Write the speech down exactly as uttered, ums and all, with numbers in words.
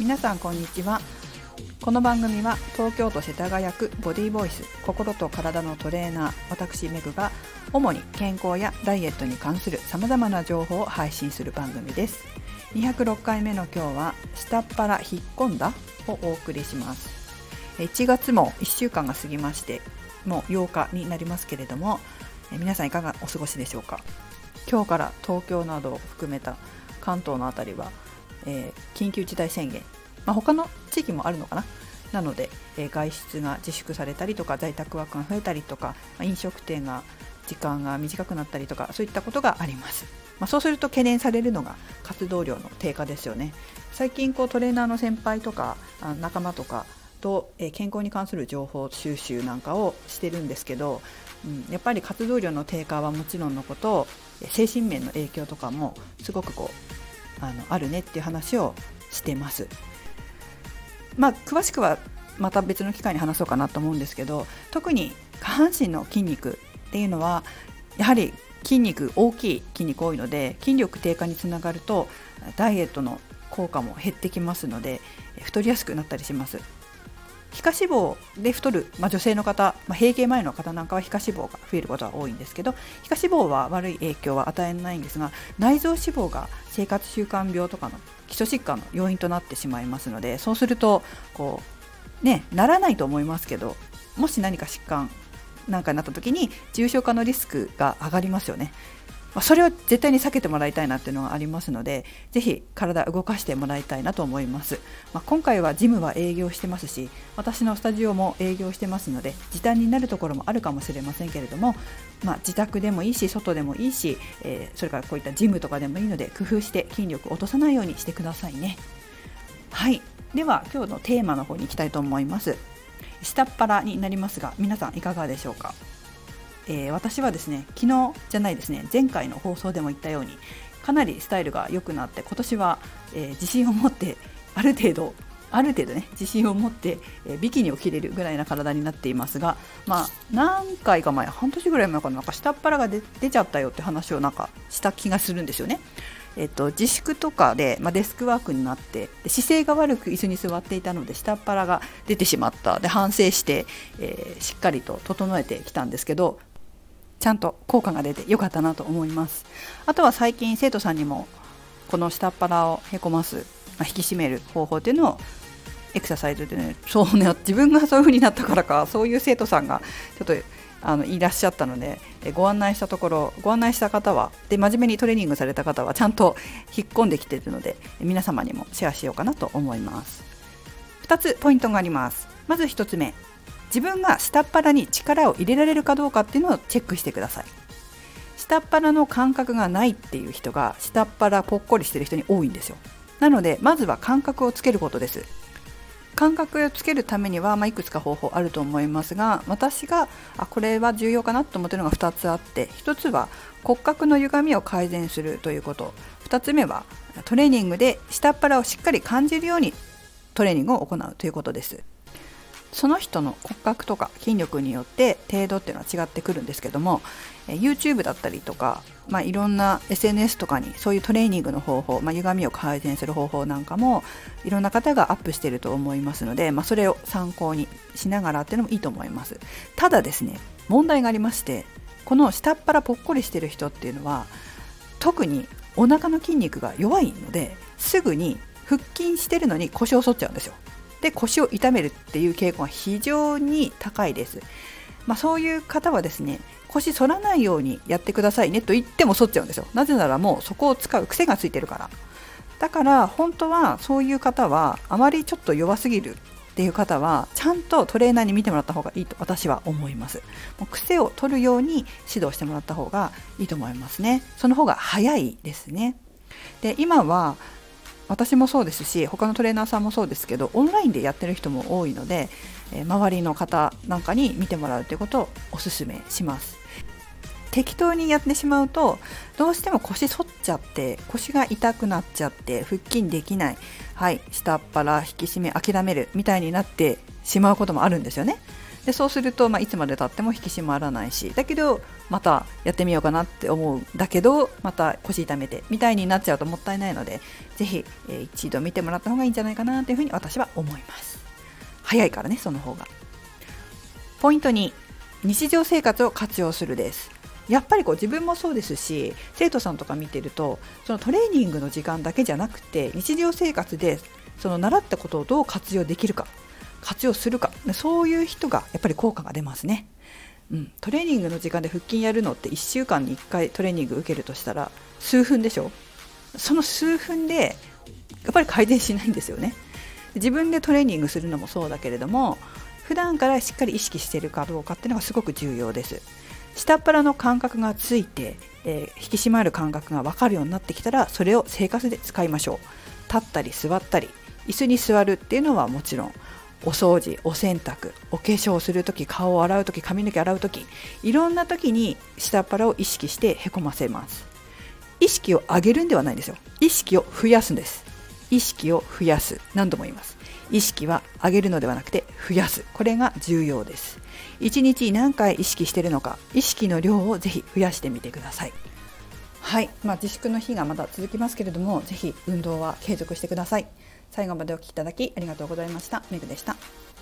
皆さんこんにちは。この番組は東京都世田谷区ボディボイス心と体のトレーナー私メグが主に健康やダイエットに関するさまざまな情報を配信する番組です。にひゃくろっかいめの今日は下っ腹引っ込んだをお送りします。いちがつもいっしゅうかんが過ぎましてもうようかになりますけれども、皆さんいかがお過ごしでしょうか。今日から東京などを含めた関東のあたりは、えー、緊急事態宣言、まあ、他の地域もあるのかななので、えー、外出が自粛されたりとか在宅ワークが増えたりとか、まあ、飲食店が時間が短くなったりとかそういったことがあります。まあ、そうすると懸念されるのが活動量の低下ですよね。最近こうトレーナーの先輩とか仲間とかと、えー、健康に関する情報収集なんかをしてるんですけど、うん、やっぱり活動量の低下はもちろんのこと精神面の影響とかもすごくこう あの、あるねっていう話をしてます。まあ、詳しくはまた別の機会に話そうかなと思うんですけど、特に下半身の筋肉っていうのはやはり筋肉大きい筋肉多いので筋力低下につながるとダイエットの効果も減ってきますので太りやすくなったりします。皮下脂肪で太る、まあ、女性の方、まあ、閉経前の方なんかは皮下脂肪が増えることが多いんですけど、皮下脂肪は悪い影響は与えないんですが、内臓脂肪が生活習慣病とかの基礎疾患の要因となってしまいますので、そうするとこう、ね、ならないと思いますけど、もし何か疾患なんかになった時に重症化のリスクが上がりますよね。まあ、それを絶対に避けてもらいたいなっていうのがありますので、ぜひ体動かしてもらいたいなと思います。まあ、今回はジムは営業してますし、私のスタジオも営業してますので時短になるところもあるかもしれませんけれども、まあ、自宅でもいいし外でもいいし、えー、それからこういったジムとかでもいいので工夫して筋力を落とさないようにしてくださいね。はい、では今日のテーマの方に行きたいと思います。下っ腹になりますが、皆さんいかがでしょうか。えー、私はですね、昨日じゃないですね、前回の放送でも言ったようにかなりスタイルが良くなって、今年は、えー、自信を持ってある程度ある程度ね自信を持って、えー、ビキニを着れるぐらいな体になっていますが、まあ何回か前半年ぐらい前かな、なんか下っ腹が出ちゃったよって話をなんかした気がするんですよね。えっと、自粛とかで、まあ、デスクワークになって姿勢が悪く椅子に座っていたので下っ腹が出てしまった。で反省して、えー、しっかりと整えてきたんですけど、ちゃんと効果が出てよかったなと思います。あとは最近生徒さんにもこの下っ腹をへこます、まあ、引き締める方法っていうのをエクササイズでね、そうね、自分がそういう風になったからか、そういう生徒さんがちょっとあのいらっしゃったので、ご案内したところ、ご案内した方はで真面目にトレーニングされた方はちゃんと引っ込んできているので、皆様にもシェアしようかなと思います。ふたつポイントがあります。まずひとつめ、自分が下っ腹に力を入れられるかどうかっていうのをチェックしてください。下っ腹の感覚がないっていう人が下っ腹ぽっこりしてる人に多いんですよ。なのでまずは感覚をつけることです。感覚をつけるためには、まあ、いくつか方法あると思いますが、私があこれは重要かなと思っているのがふたつあって、ひとつは骨格の歪みを改善するということ、ふたつめはトレーニングで下っ腹をしっかり感じるようにトレーニングを行うということです。その人の骨格とか筋力によって程度っていうのは違ってくるんですけども、 YouTube だったりとか、まあ、いろんな エスエヌエス とかにそういうトレーニングの方法、まあ、歪みを改善する方法なんかもいろんな方がアップしていると思いますので、まあ、それを参考にしながらっていうのもいいと思います。ただですね、問題がありまして、この下っ腹ぽっこりしてる人っていうのは特にお腹の筋肉が弱いので、すぐに腹筋してるのに腰を反っちゃうんですよ。で腰を痛めるっていう傾向が非常に高いです。まあ、そういう方はですね、腰反らないようにやってくださいねと言っても反っちゃうんですよ。なぜならもうそこを使う癖がついてるから。だから本当はそういう方はあまりちょっと弱すぎるっていう方はちゃんとトレーナーに見てもらった方がいいと私は思います。もう癖を取るように指導してもらった方がいいと思いますね。その方が早いですね。で今は私もそうですし他のトレーナーさんもそうですけど、オンラインでやってる人も多いので、えー、周りの方なんかに見てもらうということをお勧めします。適当にやってしまうとどうしても腰反っちゃって腰が痛くなっちゃって腹筋できない、はい、下っ腹引き締め諦めるみたいになってしまうこともあるんですよね。 でそうすると、まあ、いつまでたっても引き締まらないし、だけどまたやってみようかなって思うんだけどまた腰痛めてみたいになっちゃうともったいないので、ぜひ、えー、一度見てもらった方がいいんじゃないかなというふうに私は思います。早いからね、その方が。ポイントに、日常生活を活用するです。やっぱりこう自分もそうですし、生徒さんとか見てると、そのトレーニングの時間だけじゃなくて日常生活でその習ったことをどう活用できるか、活用するか、そういう人がやっぱり効果が出ますね。うん、トレーニングの時間で腹筋やるのっていっしゅうかんにいっかいトレーニング受けるとしたら数分でしょ。その数分でやっぱり改善しないんですよね。自分でトレーニングするのもそうだけれども、普段からしっかり意識しているかどうかっていうのがすごく重要です。下っ腹の感覚がついて、えー、引き締まる感覚が分かるようになってきたら、それを生活で使いましょう。立ったり座ったり、椅子に座るっていうのはもちろん、お掃除、お洗濯、お化粧するとき、顔を洗うとき、髪の毛洗うとき、いろんなときに下っ腹を意識してへこませます。意識を上げるんではないんですよ。意識を増やすんです。意識を増やす。何度も言います。意識は上げるのではなくて増やす。これが重要です。いちにち何回意識しているのか、意識の量をぜひ増やしてみてください。はい、まあ、自粛の日がまだ続きますけれども、ぜひ運動は継続してください。最後までお聞きいただきありがとうございました。めぐでした。